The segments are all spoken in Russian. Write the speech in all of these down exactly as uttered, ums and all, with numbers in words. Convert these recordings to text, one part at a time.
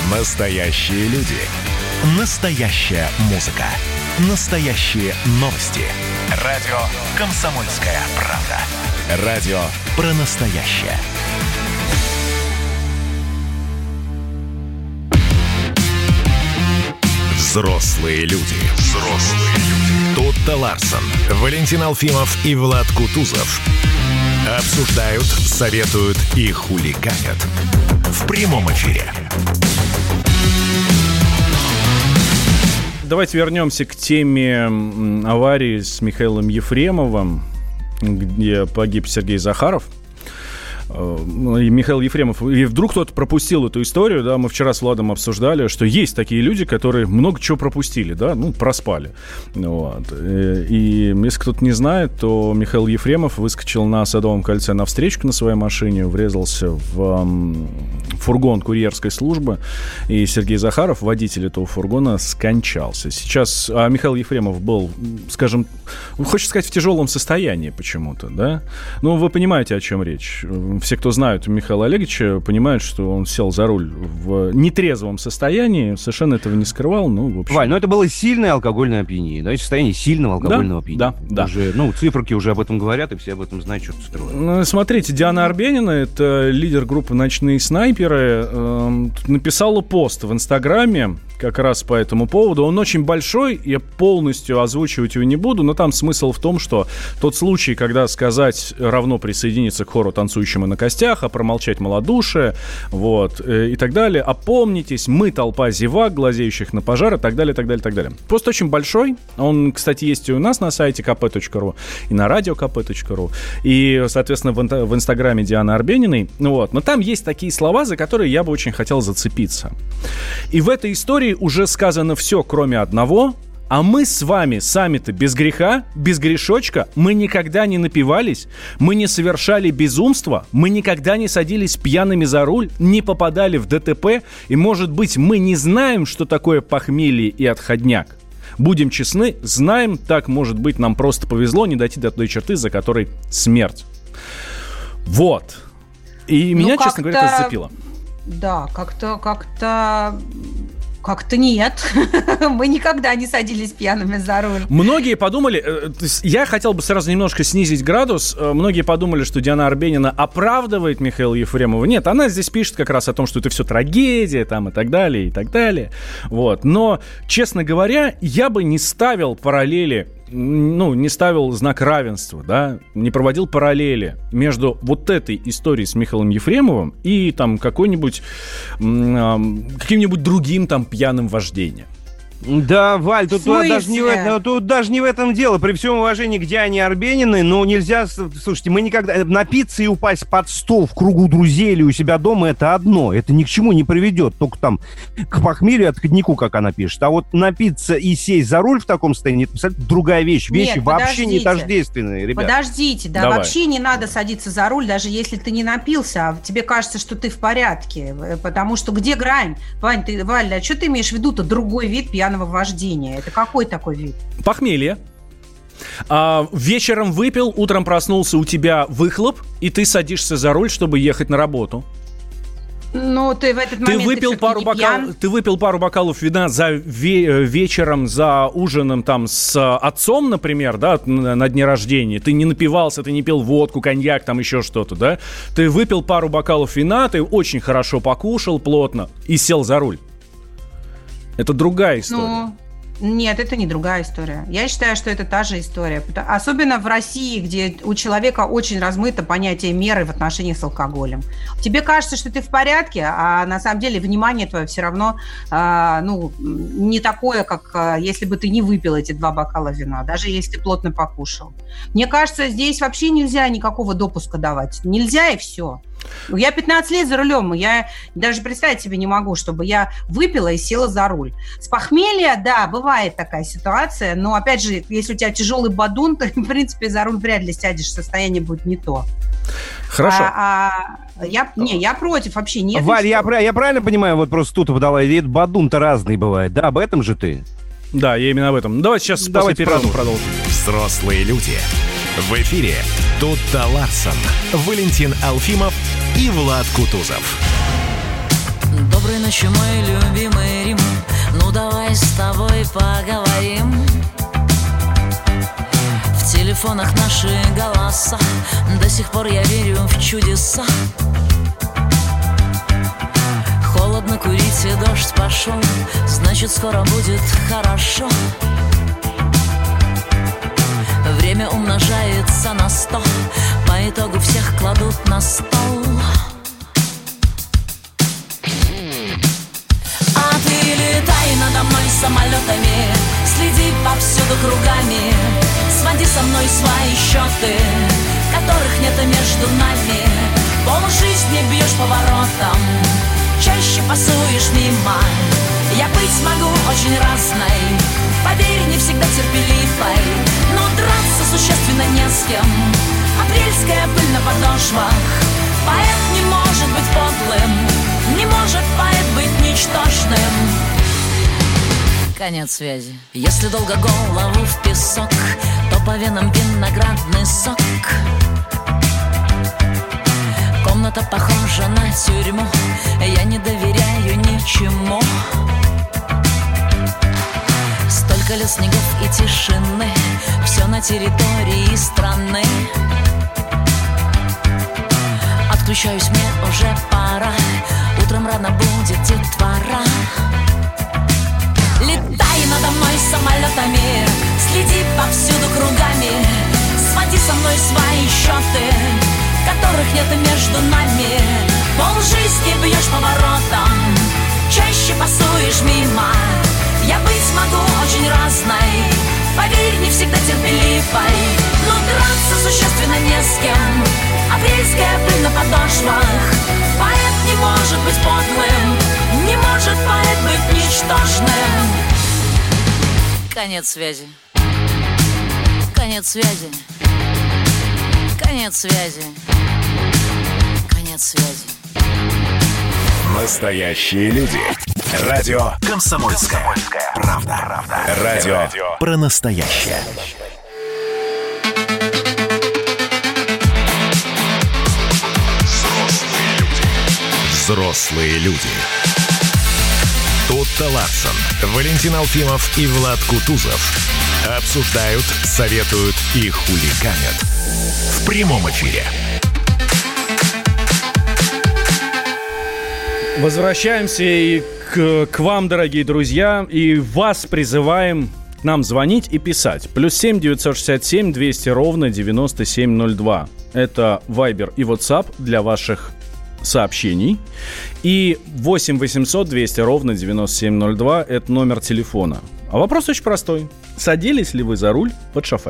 Настоящие люди. Настоящая музыка. Настоящие новости. Радио «Комсомольская правда». Радио про настоящее. Взрослые люди. Взрослые люди. Тутта Ларсон, Валентин Алфимов и Влад Кутузов обсуждают, советуют и хулиганят в прямом эфире. Давайте вернемся к теме аварии с Михаилом Ефремовым, где погиб Сергей Захаров. И Михаил Ефремов. И вдруг кто-то пропустил эту историю, да, мы вчера с Владом обсуждали, что есть такие люди, которые много чего пропустили, да, ну, проспали. Вот. И, и если кто-то не знает, то Михаил Ефремов выскочил на Садовом кольце на встречку на своей машине, врезался в м, фургон курьерской службы, и Сергей Захаров, водитель этого фургона, скончался. Сейчас а Михаил Ефремов был, скажем, хочется сказать, в тяжелом состоянии почему-то, да. Ну, вы понимаете, о чем речь. Все, кто знают Михаила Олеговича, понимают, что он сел за руль в нетрезвом состоянии, совершенно этого не скрывал. Ну, в общем... Валь, ну это было сильное алкогольное опьянение, да, состояние сильного алкогольного да, опьянения. Да, да. Уже, ну, циферки уже об этом говорят, и все об этом знают, что скрывают. Ну, смотрите, Диана Арбенина, это лидер группы «Ночные снайперы», э, написала пост в Инстаграме как раз по этому поводу. Он очень большой, я полностью озвучивать его не буду, но там смысл в том, что тот случай, когда сказать равно присоединиться к хору «Танцующему на костях», а промолчать малодушие, вот, э, и так далее. Опомнитесь, мы толпа зевак, глазеющих на пожар, и так далее, так далее, так далее. Пост очень большой. Он, кстати, есть и у нас на сайте ка пэ точка ру, и на радио ка пэ точка ру, и, соответственно, в, в Инстаграме Дианы Арбениной. Вот. Но там есть такие слова, за которые я бы очень хотел зацепиться. И в этой истории уже сказано все, кроме одного. А мы с вами сами-то без греха, без грешочка, мы никогда не напивались, мы не совершали безумства, мы никогда не садились пьяными за руль, не попадали в дэ тэ пэ, и, может быть, мы не знаем, что такое похмелье и отходняк. Будем честны, знаем, так, может быть, нам просто повезло не дойти до той черты, за которой смерть. Вот. И ну, меня, честно говоря, это зацепило. Да, как-то, как-то... Как-то нет. Мы никогда не садились пьяными за руль. Многие подумали... То есть я хотел бы сразу немножко снизить градус. Многие подумали, что Диана Арбенина оправдывает Михаила Ефремова. Нет, она здесь пишет как раз о том, что это все трагедия, там, и так далее, и так далее. Вот. Но, честно говоря, я бы не ставил параллели, ну, не ставил знак равенства, да, не проводил параллели между вот этой историей с Михаилом Ефремовым и там какой-нибудь, м- каким-нибудь другим там пьяным вождением. Да, Валь, тут, тут, даже не в, тут даже не в этом дело. При всем уважении к Диане Арбениной, ну, нельзя... Слушайте, мы никогда... Напиться и упасть под стол в кругу друзей или у себя дома — это одно. Это ни к чему не приведет. Только там к похмелью, отходнику, как она пишет. А вот напиться и сесть за руль в таком состоянии — это абсолютно другая вещь. Вещи Нет, вообще не тождественные, ребят. Подождите, да, Давай. Вообще не надо садиться за руль, даже если ты не напился, а тебе кажется, что ты в порядке. Потому что где грань? Вань, ты, Валь, а что ты имеешь в виду-то? Другой вид пьяного вождения. Это какой такой вид? Похмелье. А, вечером выпил, утром проснулся, у тебя выхлоп, и ты садишься за руль, чтобы ехать на работу. Ну, ты в этот момент... Ты выпил, ты пару, бокал, ты выпил пару бокалов вина за ве- вечером, за ужином там с отцом, например, да, на, на дне рождения. Ты не напивался, ты не пил водку, коньяк, там еще что-то, да. Ты выпил пару бокалов вина, ты очень хорошо покушал плотно и сел за руль. Это другая история. Ну, нет, это не другая история. Я считаю, что это та же история. Особенно в России, где у человека очень размыто понятие меры в отношениях с алкоголем. Тебе кажется, что ты в порядке, а на самом деле внимание твое все равно э, ну, не такое, как э, если бы ты не выпил эти два бокала вина, даже если ты плотно покушал. Мне кажется, здесь вообще нельзя никакого допуска давать. Нельзя и все. Я пятнадцать лет за рулем, я даже представить себе не могу, чтобы я выпила и села за руль. С похмелья, да, бывает такая ситуация, но, опять же, если у тебя тяжелый бадун, то, в принципе, за руль вряд ли сядешь, состояние будет не то. Хорошо. А, а, я, не, я против, вообще нет. Валь, я, я правильно понимаю, вот просто тут подала, ведь бадун-то разный бывает, да, об этом же ты? Да, я именно об этом. Давайте сейчас Давайте после перерыва продолжим. Взрослые люди. В эфире Тутта Ларсон, Валентин Алфимов и Влад Кутузов. Доброй Доброй ночи, мой любимый Рим. Ну давай с тобой поговорим. В телефонах наши голоса. До сих пор я верю в чудеса. Холодно курить и дождь пошел. Значит, скоро будет хорошо. Время умножается на сто. По итогу всех кладут на стол. А ты летай надо мной самолетами. Следи повсюду кругами. Своди со мной свои счеты, которых нет между нами. Полжизни бьешь поворотом, чаще пасуешь мимо. Я быть могу очень разной, поверь, не всегда терпеливой, но драться существенно не с кем. Апрельская пыль на подошвах. Поэт не может быть подлым, не может поэт быть ничтожным. Конец связи. Если долго голову в песок, то по венам виноградный сок. Комната похожа на тюрьму, я не доверяю ничему. Столько лет снегов и тишины, все на территории страны. Отключаюсь, мне уже пора, утром рано будет детвора. Летай надо мной самолетами, следи повсюду кругами. Своди со мной свои счеты, которых нет между нами. Полжизни бьешь поворотом, чаще пасуешь мимо. Я быть могу очень разной, поверь, не всегда терпеливой, но драться существенно не с кем. Апрельская пыль на подошвах. Поэт не может быть подлым, не может поэт быть ничтожным. Конец связи. Конец связи. Конец связи. Конец связи. Настоящие люди. Радио «Комсомольская правда». Радио про настоящее. Взрослые люди. Тутта Ларсон, Валентин Алфимов и Влад Кутузов обсуждают, советуют и хулиганят в прямом эфире. Возвращаемся и к, к вам, дорогие друзья, и вас призываем к нам звонить и писать. Плюс семь девятьсот шестьдесят семь двести ровно девяносто семь ноль два. Это Viber и WhatsApp для ваших сообщений. И восемь восемьсот двести ровно девяносто семь ноль два. Это номер телефона. А вопрос очень простой. Садились ли вы за руль под шофе?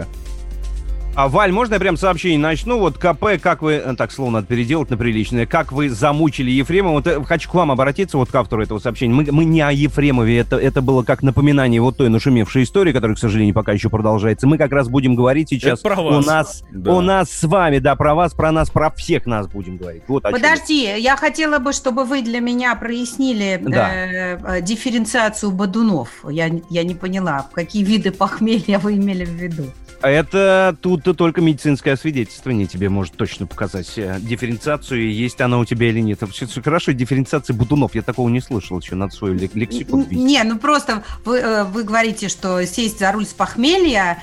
А, Валь, можно я прям сообщение начну? Вот КП, как вы... Так, слово надо переделать на приличное. Как вы замучили Ефремова. Вот э, хочу к вам обратиться, вот к автору этого сообщения. Мы, мы не о Ефремове. Это, это было как напоминание вот той нашумевшей истории, которая, к сожалению, пока еще продолжается. Мы как раз будем говорить сейчас про вас. У нас, да. у нас с вами, да, про вас, про нас, про всех нас будем говорить. Вот Подожди, я хотела бы, чтобы вы для меня прояснили да. э, дифференциацию бодунов. Я, я не поняла, какие виды похмелья вы имели в виду. Это тут только медицинское освидетельствование тебе может точно показать дифференциацию, есть она у тебя или нет. Все хорошо, дифференциация бодунов, я такого не слышал еще, надо свою лексикон видеть. Не, ну просто вы, вы говорите, что сесть за руль с похмелья,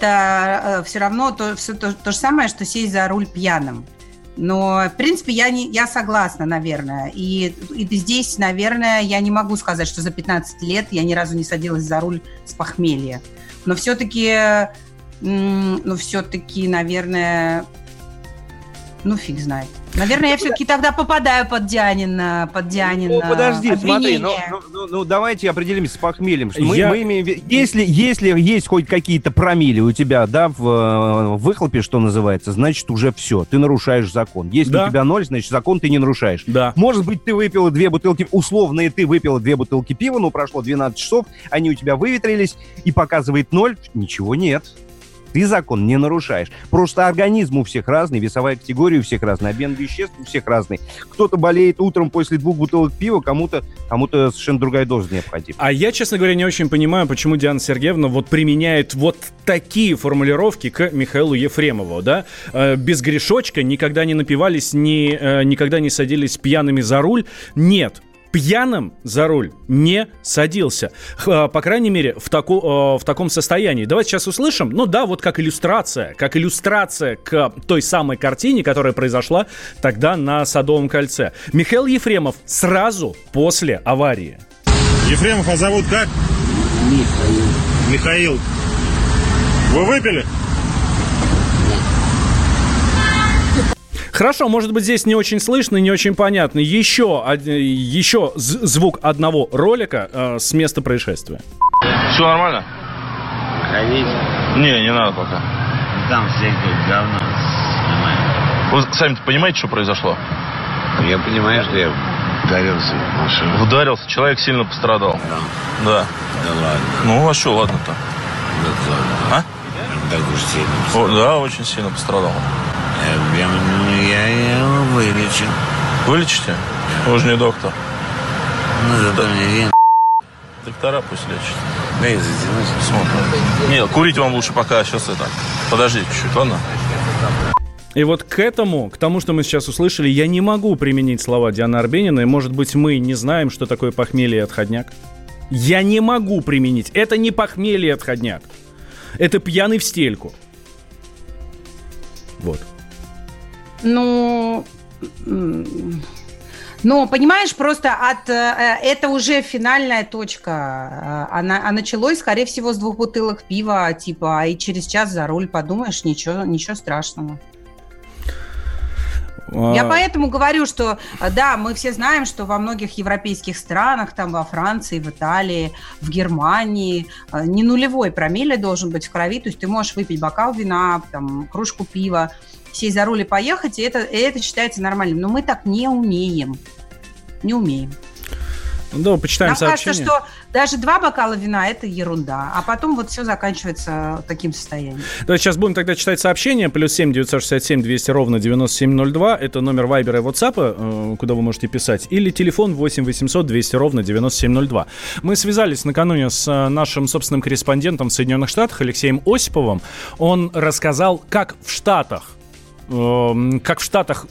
это все равно то, все то, то же самое, что сесть за руль пьяным. Но, в принципе, я, не, я согласна, наверное. И, и здесь, наверное, я не могу сказать, что за пятнадцать лет я ни разу не садилась за руль с похмелья. Но все-таки... Ну, все-таки, наверное, ну, фиг знает. Наверное, я все-таки тогда попадаю под Дианина, под Дианина. Ну, подожди, смотри, ну, ну, ну, ну давайте определимся с похмельем. Что мы, я... мы имеем, если, если есть хоть какие-то промилле у тебя, да, в, в выхлопе, что называется, значит, уже все, ты нарушаешь закон. Если да. у тебя ноль, значит, закон ты не нарушаешь. Да. Может быть, ты выпила две бутылки, условные ты выпила две бутылки пива, но прошло двенадцать часов, они у тебя выветрились, и показывает ноль, ничего нет. Ты закон не нарушаешь. Просто организм у всех разный, весовая категория у всех разная, обмен веществ у всех разный. Кто-то болеет утром после двух бутылок пива, кому-то, кому-то совершенно другая доза необходима. А я, честно говоря, не очень понимаю, почему Диана Сергеевна вот применяет вот такие формулировки к Михаилу Ефремову, да? Без грешочка, никогда не напивались, ни, никогда не садились пьяными за руль. Нет. пьяным за руль не садился. По крайней мере, в, таку, в таком состоянии. Давайте сейчас услышим. Ну да, вот как иллюстрация. Как иллюстрация к той самой картине, которая произошла тогда на Садовом кольце. Михаил Ефремов сразу после аварии. Ефремов, а зовут как? Михаил. Михаил. Вы выпили? Хорошо, может быть, здесь не очень слышно, не очень понятно. Еще, еще звук одного ролика э, с места происшествия. Все нормально? Ходите. Не, не надо пока. Там всякое говно снимаем. Вы сами понимаете, что произошло? Я понимаю, что я ударился в машину. Ударился, человек сильно пострадал. Да. Да. Да ладно. Ну, а что ладно-то? Да, А? так уж сильно. О, да, очень сильно пострадал. Я, я, я, я его вылечу. Вылечите? Вы же не доктор. Ну, зато мне вен. Доктора пусть лечат. Да и затянуть. Смотрим. Нет, курить вам лучше пока сейчас это. Подождите чуть-чуть, ладно? И вот к этому, к тому, что мы сейчас услышали, я не могу применить слова Дианы Арбениной. Может быть, мы не знаем, что такое похмелье и отходняк? Я не могу применить. Это не похмелье и отходняк. Это пьяный в стельку. Вот. Ну, но, понимаешь, просто от, это уже финальная точка. Она, а началось, скорее всего, с двух бутылок пива, типа, и через час за руль, подумаешь, ничего, ничего страшного. А... Я поэтому говорю, что, да, мы все знаем, что во многих европейских странах, там во Франции, в Италии, в Германии, не нулевой промилле должен быть в крови, то есть ты можешь выпить бокал вина, там, кружку пива, сесть за руль и поехать, и это, и это считается нормальным. Но мы так не умеем. Не умеем. Да, почитаем Нам сообщение. кажется, что даже два бокала вина – это ерунда. А потом вот все заканчивается таким состоянием. Давайте сейчас будем тогда читать сообщения. Плюс семь девятьсот шестьдесят семь двести ровно девяносто семь ноль два. Это номер Вайбера и WhatsApp, куда вы можете писать. Или телефон восемь восемьсот двести ровно девяносто семь ноль два. Мы связались накануне с нашим собственным корреспондентом в Соединенных Штатах Алексеем Осиповым. Он рассказал, как в Штатах как в Штатах,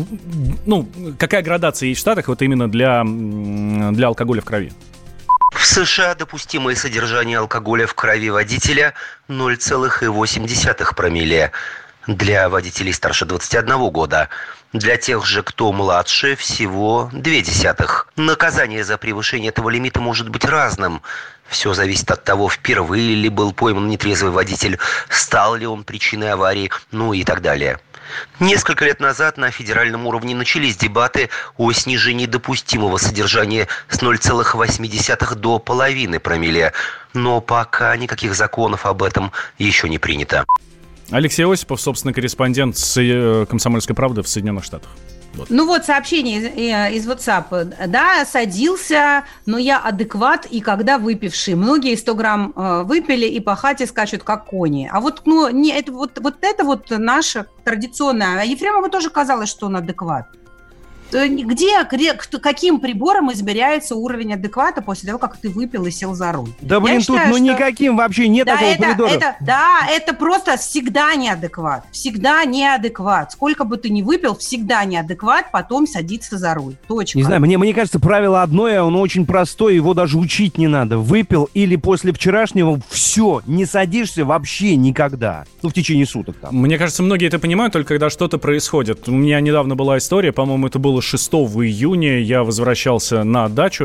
ну, какая градация есть в Штатах вот именно для, для алкоголя в крови? В США допустимое содержание алкоголя в крови водителя ноль целых восемь десятых промилле. Для водителей старше двадцати одного года. Для тех же, кто младше, всего две десятых. Наказание за превышение этого лимита может быть разным. Все зависит от того, впервые ли был пойман нетрезвый водитель, стал ли он причиной аварии, ну и так далее. Несколько лет назад на федеральном уровне начались дебаты о снижении допустимого содержания с ноль целых восемь десятых до половины промилле. Но пока никаких законов об этом еще не принято. Алексей Осипов, собственно, корреспондент с «Комсомольской правды» в Соединенных Штатах. Вот. Ну вот сообщение из, из WhatsApp. Да, садился, но я адекват и когда выпивший. Многие сто грамм э, выпили и по хате скачут, как кони. А вот, ну, не, это, вот, вот это вот наша традиционная. А Ефремову тоже казалось, что он адекват. Где, где, каким прибором измеряется уровень адеквата после того, как ты выпил и сел за руль? Да, блин, Я тут считаю, ну что... никаким вообще нет да, такого это, прибора. Это, да, это просто всегда неадекват. Всегда неадекват. Сколько бы ты ни выпил, всегда неадекват, потом садиться за руль. Точка. Не знаю, мне, мне кажется, правило одно, оно очень простое, его даже учить не надо. Выпил или после вчерашнего, все, не садишься вообще никогда. Ну, в течение суток там. Мне кажется, многие это понимают только когда что-то происходит. У меня недавно была история, по-моему, это было шестого июня, я возвращался на дачу,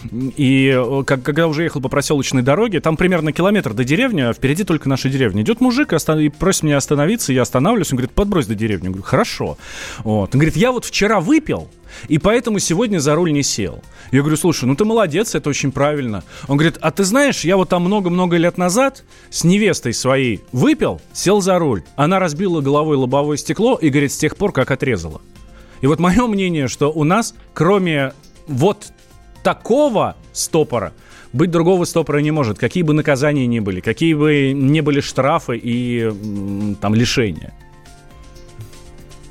и как, когда уже ехал по проселочной дороге, там примерно километр до деревни, а впереди только наша деревня. Идет мужик и, останов... и просит меня остановиться, я останавливаюсь, он говорит, подбрось до деревни. Я говорю, хорошо. Вот. Он говорит, я вот вчера выпил, и поэтому сегодня за руль не сел. Я говорю, слушай, ну ты молодец, это очень правильно. Он говорит, а ты знаешь, я вот там много-много лет назад с невестой своей выпил, сел за руль. Она разбила головой лобовое стекло и, говорит, с тех пор как отрезала. И вот мое мнение, что у нас, кроме вот такого стопора, быть другого стопора не может. Какие бы наказания ни были, какие бы ни были штрафы и там лишения.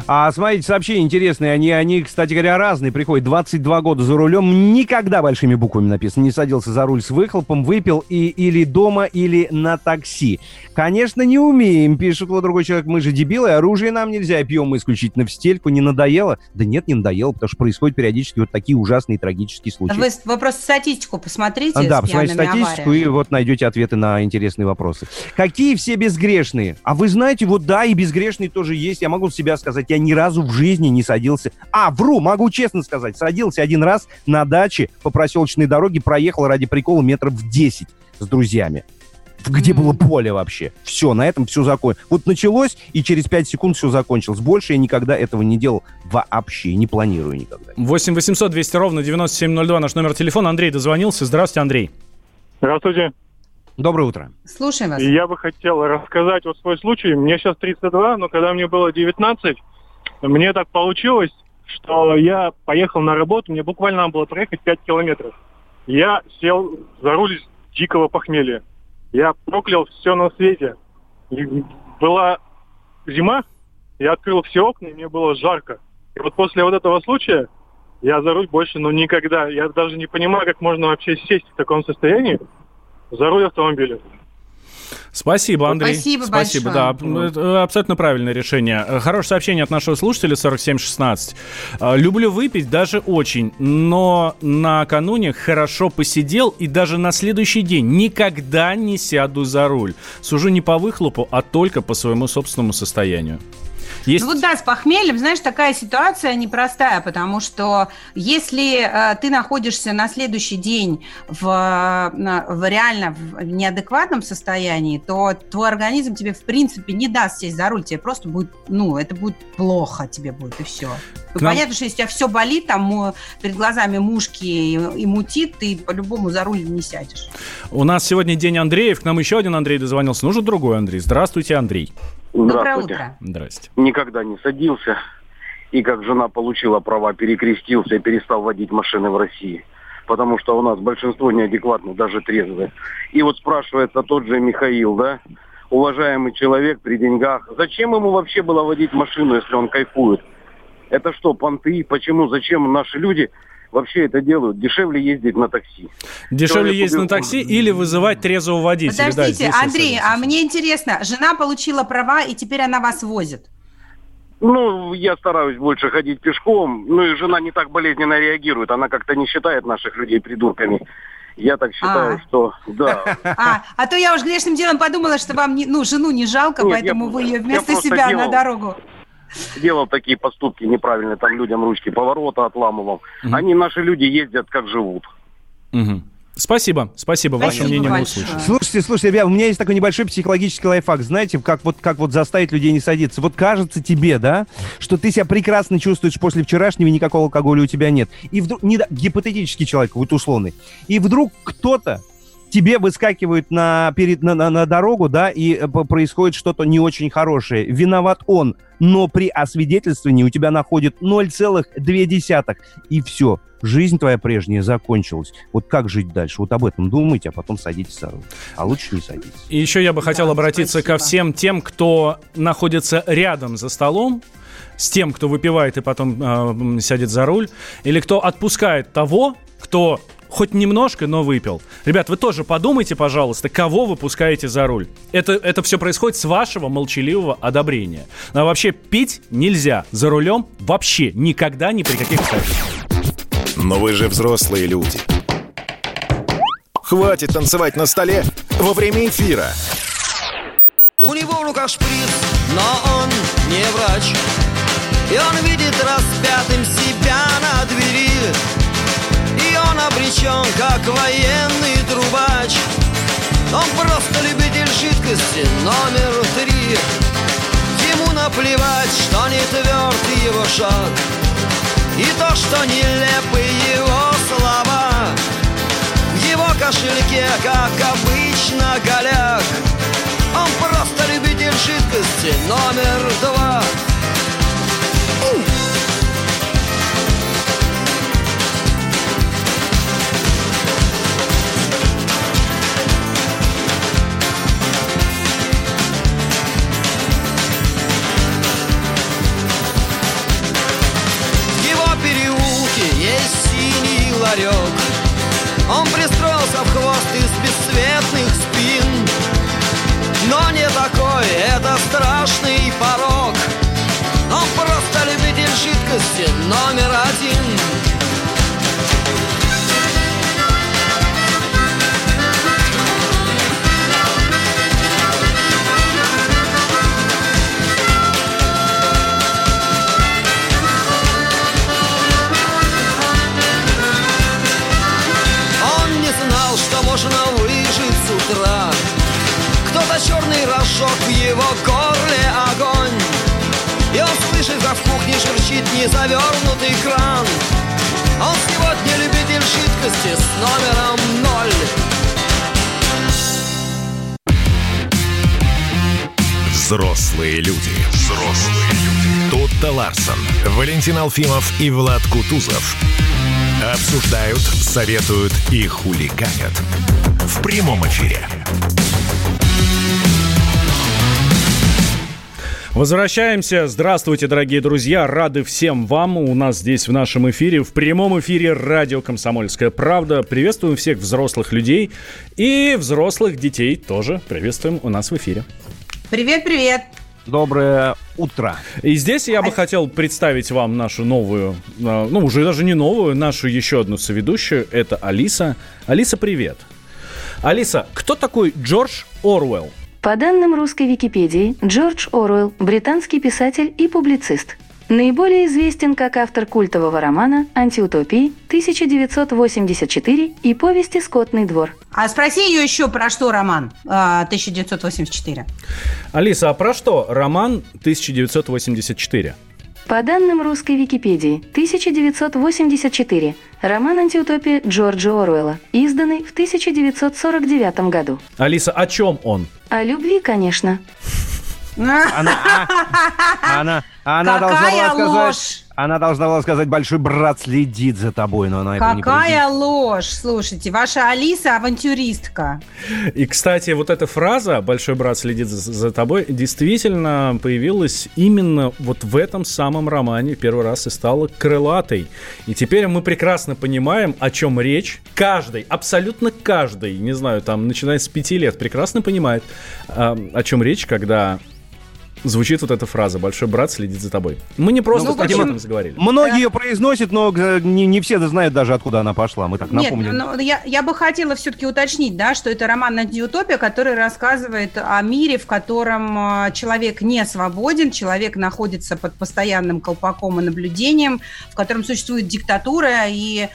А смотрите, сообщения интересные, они, они, кстати говоря, разные приходят. двадцать два года за рулем, никогда большими буквами написано. Не садился за руль с выхлопом, выпил и, или дома, или на такси. Конечно, не умеем, пишет вот другой человек. Мы же дебилы, оружие нам нельзя, пьем мы исключительно в стельку. Не надоело? Да нет, не надоело, потому что происходят периодически вот такие ужасные трагические случаи. Вы, вы просто статистику посмотрите. А, да, посмотрите статистику, авариями. И вот найдете ответы на интересные вопросы. Какие все безгрешные? А вы знаете, вот да, и безгрешные тоже есть. Я могу себя сказать, я ни разу в жизни не садился. А, вру, могу честно сказать. Садился один раз на даче по проселочной дороге, проехал ради прикола метров десять с друзьями. Где mm-hmm. было поле вообще. Все, на этом все закончилось. Вот началось, и через пять секунд все закончилось. Больше я никогда этого не делал вообще, и не планирую никогда. восемь восемьсот двести ровно девяносто семь ноль два наш номер телефона. Андрей дозвонился. Здравствуйте, Андрей. Здравствуйте. Доброе утро. Слушаем вас. Я бы хотел рассказать вот свой случай. Мне сейчас тридцать два, но когда мне было девятнадцать, мне так получилось, что я поехал на работу, мне буквально надо было проехать пять километров. Я сел за руль с дикого похмелья. Я проклял все на свете. И была зима, я открыл все окна, и мне было жарко. И вот после вот этого случая я за руль больше, ну, никогда. Я даже не понимаю, как можно вообще сесть в таком состоянии за руль автомобиля. Спасибо, Андрей. Спасибо, Спасибо, большое. Да, это абсолютно правильное решение. Хорошее сообщение от нашего слушателя сорок семь шестнадцать. Люблю выпить, даже очень, но накануне хорошо посидел и даже на следующий день никогда не сяду за руль. Сужу не по выхлопу, а только по своему собственному состоянию. Есть... Ну вот да, с похмельем, знаешь, такая ситуация непростая, потому что если э, ты находишься на следующий день в, в реально в неадекватном состоянии, то твой организм тебе в принципе не даст сесть за руль, тебе просто будет, ну, это будет плохо тебе будет, и все. Нам... Понятно, что если у тебя все болит, там перед глазами мушки и, и мутит, ты по-любому за руль не сядешь. У нас сегодня день Андреев, к нам еще один Андрей дозвонился, нужен другой Андрей. Здравствуйте, Андрей. Доброе утро. Здрасте. Никогда не садился. И как жена получила права, перекрестился и перестал водить машины в России. Потому что у нас большинство неадекватно, даже трезвые. И вот спрашивается тот же Михаил, да, уважаемый человек при деньгах, зачем ему вообще было водить машину, если он кайфует? Это что, понты? Почему? Зачем наши люди вообще это делают? Дешевле ездить на такси. Дешевле Человек ездить убил... на такси или вызывать трезвого водителя. Подождите, да, Андрей, а мне интересно, жена получила права, и теперь она вас возит? Ну, я стараюсь больше ходить пешком. Ну, и жена не так болезненно реагирует. Она как-то не считает наших людей придурками. Я так считаю, а. что да. А, а то я уж грешным делом подумала, что вам не, ну, жену не жалко, Нет, поэтому я, вы ее вместо себя делал... на дорогу. Делал такие поступки неправильные, там людям ручки поворота отламывал. Угу. Они, наши люди, ездят как живут. Угу. Спасибо, спасибо, ваше спасибо мнение большое. мы услышали. Слушайте, слушайте, ребят, у меня есть такой небольшой психологический лайфхак. Знаете, как вот, как вот заставить людей не садиться? Вот кажется тебе, да, что ты себя прекрасно чувствуешь после вчерашнего, никакого алкоголя у тебя нет. И вдруг, не, гипотетический человек, вот условный, и вдруг кто-то тебе выскакивает на, перед, на, на, на дорогу, да, и происходит что-то не очень хорошее. Виноват он, но при освидетельствовании у тебя находит ноль целых две десятых, и все. Жизнь твоя прежняя закончилась. Вот как жить дальше? Вот об этом думайте, а потом садитесь за руль. А лучше не садитесь. И еще я бы хотел да, обратиться спасибо. ко всем тем, кто находится рядом за столом, с тем, кто выпивает и потом э, сядет за руль, или кто отпускает того, кто хоть немножко, но выпил. Ребят, вы тоже подумайте, пожалуйста, кого вы пускаете за руль. Это, это все происходит с вашего молчаливого одобрения. А вообще пить нельзя за рулем вообще никогда, ни при каких обстоятельствах. Но вы же взрослые люди. Хватит танцевать на столе во время эфира. У него в руках шприц, но он не врач. И он видит распятым себя на двери. И он обречен, как военный трубач. Он просто любитель жидкости номер три. Ему наплевать, что не тверд его шаг, и то, что нелепы его слова. В его кошельке, как обычно, голяк. Он просто любитель жидкости номер два. хорек. Он пристроился в хвост из бесцветных спин. Но не такой, это страшный порок. Он просто любитель жидкости номер один. Он не знал, что можно выжить с утра. Кто-то черный рожок, в его горле огонь. И он слышит, как в кухне шуршит незавернутый кран. Он сегодня любитель жидкости с номером ноль. Взрослые люди. Взрослые люди. Тутта Ларсон, Валентин Алфимов и Влад Кутузов обсуждают, советуют и хулиганят в прямом эфире. Возвращаемся. Здравствуйте, дорогие друзья. Рады всем вам. У нас здесь в нашем эфире, в прямом эфире радио «Комсомольская правда». Приветствуем всех взрослых людей и взрослых детей тоже. Приветствуем у нас в эфире. Привет-привет. Доброе утро. И здесь я бы хотел представить вам нашу новую, ну, уже даже не новую, нашу еще одну соведущую. Это Алиса. Алиса, привет. Алиса, кто такой Джордж Оруэлл? По данным русской Википедии, Джордж Оруэлл – британский писатель и публицист. Наиболее известен как автор культового романа «Антиутопии» тысяча девятьсот восемьдесят четыре и повести «Скотный двор». А спроси ее еще, про что роман тысяча девятьсот восемьдесят четыре. Алиса, а про что роман тысяча девятьсот восемьдесят четыре? По данным русской Википедии, тысяча девятьсот восемьдесят четыре. Роман «Антиутопия» Джорджа Оруэлла, изданный в тысяча девятьсот сорок девятом году. Алиса, о чем он? О любви, конечно. Она, она, она должна была сказать, ложь! Она должна была сказать: большой брат следит за тобой, но она этого не Какая произнесла. ложь! Слушайте, ваша Алиса авантюристка. И, кстати, вот эта фраза «большой брат следит за, за тобой» действительно появилась именно вот в этом самом романе первый раз и стала крылатой. И теперь мы прекрасно понимаем, о чем речь. Каждый, абсолютно каждый, не знаю, там, начиная с пяти лет, прекрасно понимает, о чем речь, когда звучит вот эта фраза «большой брат следит за тобой». Мы не просто ну, с об этом заговорили. Многие да. ее произносят, но не, не все знают даже, откуда она пошла. Мы так Нет, напомним. но я, я бы хотела все-таки уточнить, да, что это роман «Антиутопия», который рассказывает о мире, в котором человек не свободен, человек находится под постоянным колпаком и наблюдением, в котором существует диктатура и,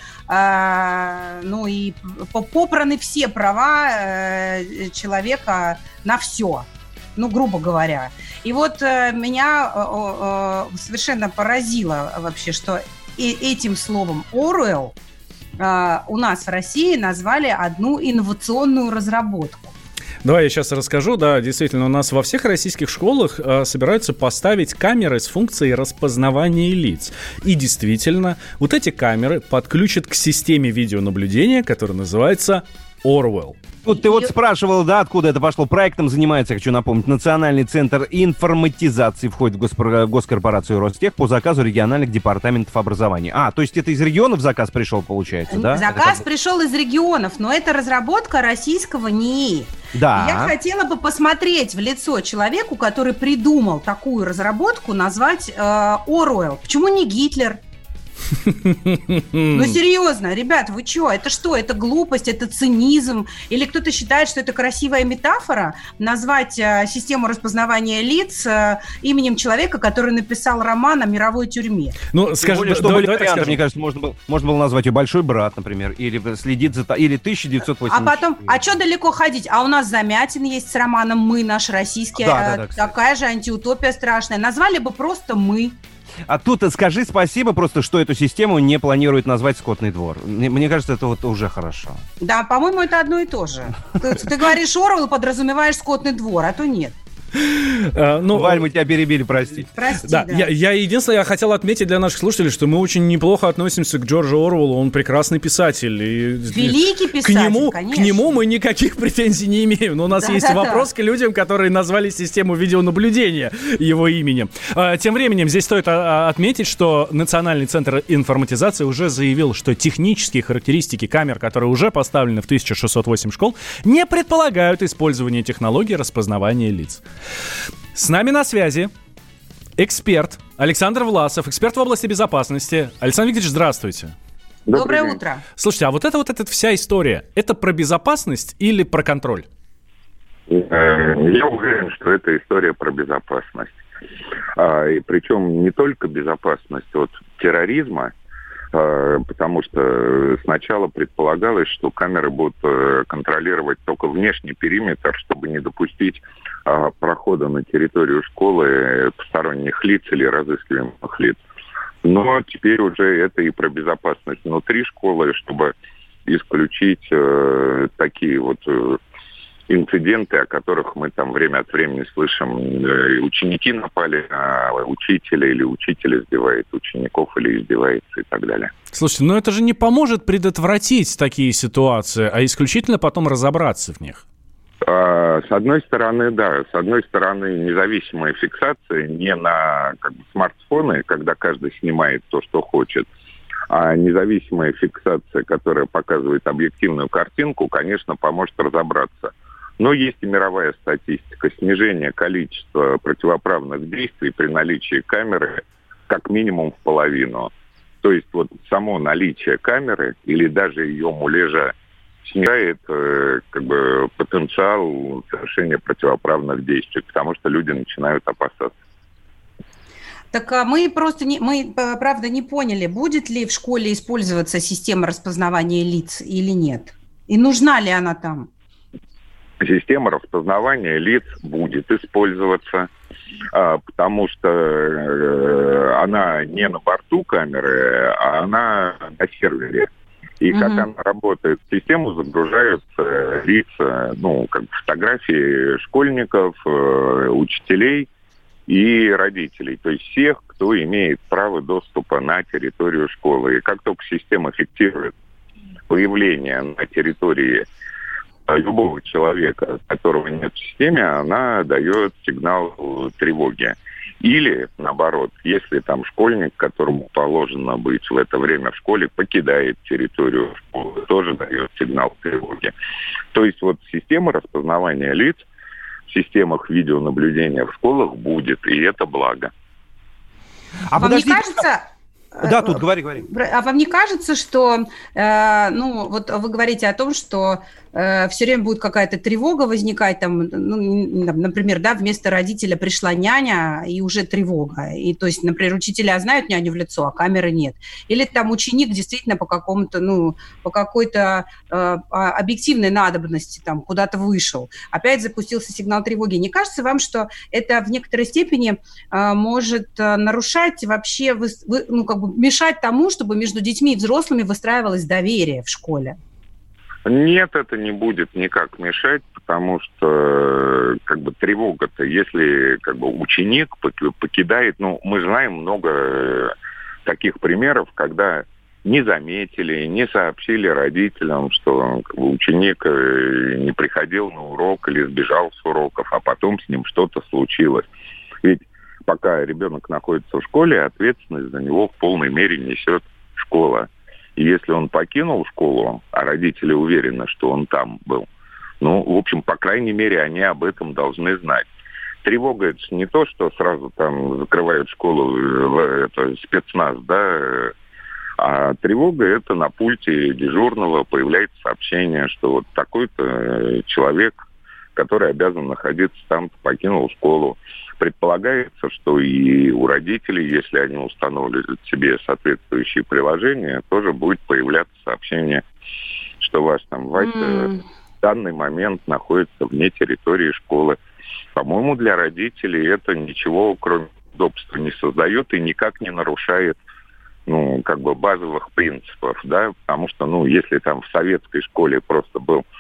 э, ну, и попраны все права э, человека на все. Ну, грубо говоря. И вот э, меня э, э, совершенно поразило вообще, что и этим словом Оруэлл э, у нас в России назвали одну инновационную разработку. Давай я сейчас расскажу. Да, действительно, у нас во всех российских школах э, собираются поставить камеры с функцией распознавания лиц. И действительно, вот эти камеры подключат к системе видеонаблюдения, которая называется Оруэлл. Вот ты вот спрашивал, да, откуда это пошло. Проектом занимается, хочу напомнить, Национальный центр информатизации, входит в госпро- госкорпорацию Ростех по заказу региональных департаментов образования. А, то есть это из регионов заказ пришел, получается, да? Заказ это... пришел из регионов, но это разработка российского НИИ. Да. Я хотела бы посмотреть в лицо человеку, который придумал такую разработку, назвать э, Оруэлл. Почему не Гитлер? Ну, серьезно, ребят, вы что? Это что? Это глупость, это цинизм? Или кто-то считает, что это красивая метафора назвать э, систему распознавания лиц э, именем человека, который написал роман о мировой тюрьме? Ну, скажем, более, что были варианты, мне кажется, можно было, можно было назвать ее «Большой брат», например, или «Следит за...» или тысяча девятьсот восемьдесят четыре. А потом, а что далеко ходить? А у нас Замятин есть с романом «Мы», наш российский, да, да, да, такая же антиутопия страшная. Назвали бы просто «Мы». А тут скажи спасибо просто, что эту систему не планируют назвать «Скотный двор». Мне, мне кажется, это вот уже хорошо. Да, по-моему, это одно и то же. Ты, ты говоришь Оруэлл, подразумеваешь «Скотный двор», а то нет. Ну, Валь, мы тебя перебили, прости. Прости, да. да. Я, я единственное, я хотел отметить для наших слушателей, что мы очень неплохо относимся к Джорджу Оруэллу. Он прекрасный писатель. И Великий писатель, к нему, конечно. К нему мы никаких претензий не имеем. Но у нас Да, есть да, вопрос да. к людям, которые назвали систему видеонаблюдения его именем. Тем временем здесь стоит отметить, что Национальный центр информатизации уже заявил, что технические характеристики камер, которые уже поставлены в тысяча шестьсот восемь школ, не предполагают использование технологий распознавания лиц. С нами на связи эксперт Александр Власов, эксперт в области безопасности. Александр Викторович, здравствуйте. Доброе утро. Слушайте, а вот эта вот эта вся история, это про безопасность или про контроль? Я уверен, что это история про безопасность. А, и причем не только безопасность от терроризма, а, потому что сначала предполагалось, что камеры будут а, контролировать только внешний периметр, чтобы не допустить а, прохода на территорию школы посторонних лиц или разыскиваемых лиц. Но теперь уже это и про безопасность внутри школы, чтобы исключить э, такие вот э, инциденты, о которых мы там время от времени слышим. Э, ученики напали на учителя, или учитель избивает учеников, или издевается и так далее. Слушайте, но это же не поможет предотвратить такие ситуации, а исключительно потом разобраться в них. С одной стороны, да. С одной стороны, независимая фиксация не на как бы, смартфоны, когда каждый снимает то, что хочет, а независимая фиксация, которая показывает объективную картинку, конечно, поможет разобраться. Но есть и мировая статистика. Снижение количества противоправных действий при наличии камеры как минимум в половину. То есть вот само наличие камеры или даже ее муляжа снижает э, как бы, потенциал совершения противоправных действий, потому что люди начинают опасаться. Так а мы просто не, мы, правда, не поняли, будет ли в школе использоваться система распознавания лиц или нет? И нужна ли она там? Система распознавания лиц будет использоваться, а, потому что э, она не на борту камеры, а она на сервере. И как Мгм. она работает? В систему загружаются лица, ну, как фотографии школьников, э, учителей и родителей. То есть всех, кто имеет право доступа на территорию школы. И как только система фиксирует появление на территории любого человека, которого нет в системе, она дает сигнал тревоги. Или, наоборот, если там школьник, которому положено быть в это время в школе, покидает территорию школы, тоже дает сигнал тревоги. То есть вот система распознавания лиц в системах видеонаблюдения в школах будет, и это благо. А Вам подождите, не кажется... Да, тут говори, говори. А вам не кажется, что, э, ну, вот вы говорите о том, что э, все время будет какая-то тревога возникать, там, ну, например, да, вместо родителя пришла няня, и уже тревога. И, то есть, например, учителя знают няню в лицо, а камеры нет. Или там ученик действительно по какому-то, ну, по какой-то э, объективной надобности там куда-то вышел. Опять запустился сигнал тревоги. Не кажется вам, что это в некоторой степени э, может э, нарушать вообще, вы, вы, ну, как бы мешать тому, чтобы между детьми и взрослыми выстраивалось доверие в школе? Нет, это не будет никак мешать, потому что как бы тревога-то, если как бы ученик покидает, ну, мы знаем много таких примеров, когда не заметили, не сообщили родителям, что как бы, ученик не приходил на урок или сбежал с уроков, а потом с ним что-то случилось. Ведь пока ребенок находится в школе, ответственность за него в полной мере несет школа. И если он покинул школу, а родители уверены, что он там был, ну, в общем, по крайней мере, они об этом должны знать. Тревога — это не то, что сразу там закрывают школу, это спецназ, да, а тревога — это на пульте дежурного появляется сообщение, что вот такой-то человек, который обязан находиться там, покинул школу. Предполагается, что и у родителей, если они установят себе соответствующие приложения, тоже будет появляться сообщение, что ваш там Вася mm. в данный момент находится вне территории школы. По-моему, для родителей это ничего, кроме удобства, не создает и никак не нарушает, ну, как бы базовых принципов, да, потому что, ну, если там в советской школе просто был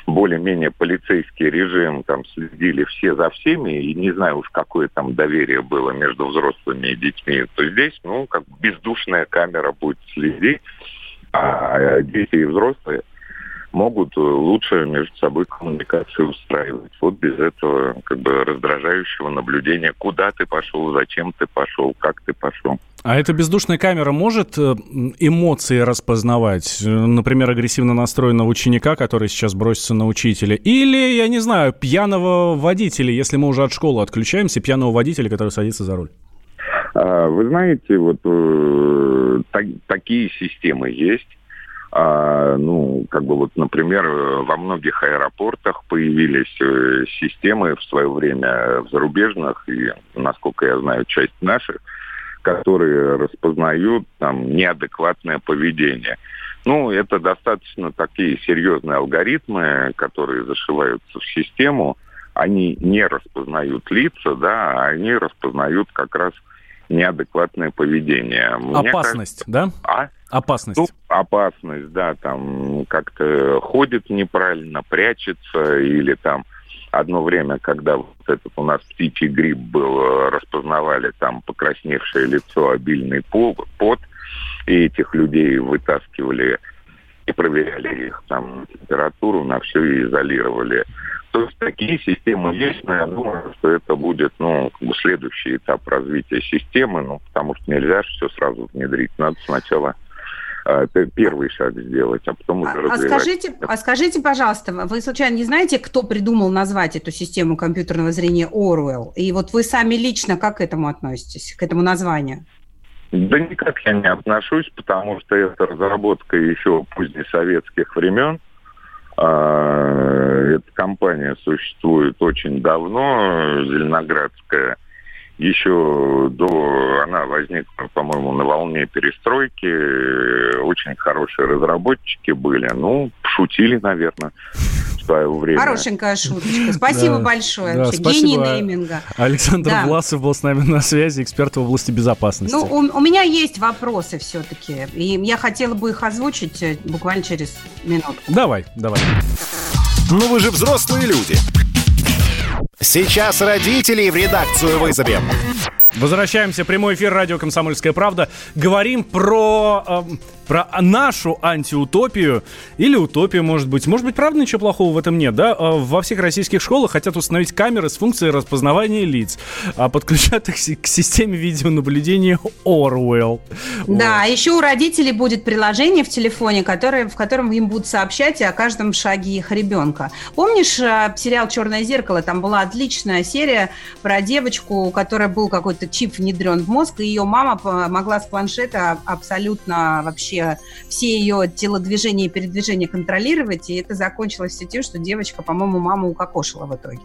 более-менее полицейский режим, там следили все за всеми, и не знаю уж, какое там доверие было между взрослыми и детьми, то здесь, ну, как бездушная камера будет следить, а дети и взрослые могут лучше между собой коммуникацию устраивать. Вот без этого как бы раздражающего наблюдения, куда ты пошел, зачем ты пошел, как ты пошел. А эта бездушная камера может эмоции распознавать? Например, агрессивно настроенного ученика, который сейчас бросится на учителя? Или, я не знаю, пьяного водителя, если мы уже от школы отключаемся, пьяного водителя, который садится за руль? Вы знаете, вот э, так, такие системы есть. А, ну, как бы вот, например, во многих аэропортах появились э, системы в свое время в зарубежных и, насколько я знаю, часть наших, которые распознают там неадекватное поведение. Ну, это достаточно такие серьезные алгоритмы, которые зашиваются в систему. Они не распознают лица, да, а они распознают как раз неадекватное поведение. Мне опасность, кажется, да? А? Опасность. Ну, опасность, да, там как-то ходит неправильно, прячется, или там одно время, когда вот этот у нас птичий грипп был, распознавали там покрасневшее лицо, обильный пот, и этих людей вытаскивали и проверяли их там температуру, на все и изолировали. То есть такие системы есть, но я думаю, что это будет, ну, как бы следующий этап развития системы, ну, потому что нельзя все сразу внедрить. Надо сначала э, первый шаг сделать, а потом уже а, развивать. А скажите, а скажите, пожалуйста, вы случайно не знаете, кто придумал назвать эту систему компьютерного зрения Оруэлл? И вот вы сами лично как к этому относитесь, к этому названию? Да никак я не отношусь, потому что это разработка еще позднесоветских времен. Эта компания существует очень давно, Зеленоградская. Еще до... Она возникла, по-моему, на волне перестройки. Очень хорошие разработчики были. Ну, шутили, наверное, в свое время. Хорошенькая шуточка. Спасибо да, большое. Да, Гений нейминга. Александр да. Власов был с нами на связи, эксперт в области безопасности. Ну, у, у меня есть вопросы все-таки. И я хотела бы их озвучить буквально через минутку. Давай, давай. Ну вы же взрослые люди. Сейчас родителей в редакцию вызовем. Возвращаемся. Прямой эфир радио «Комсомольская правда». Говорим про, э, про нашу антиутопию. Или утопию, может быть. Может быть, правда, ничего плохого в этом нет, да? Во всех российских школах хотят установить камеры с функцией распознавания лиц. А подключат их к системе видеонаблюдения Оруэлл. Да, вот. Еще у родителей будет приложение в телефоне, которое, в котором им будут сообщать о каждом шаге их ребенка. Помнишь сериал «Черное зеркало»? Там была отличная серия про девочку, у которой был какой-то чип внедрен в мозг, и ее мама могла с планшета абсолютно вообще все ее телодвижения и передвижения контролировать, и это закончилось все тем, что девочка, по-моему, маму укокошила в итоге.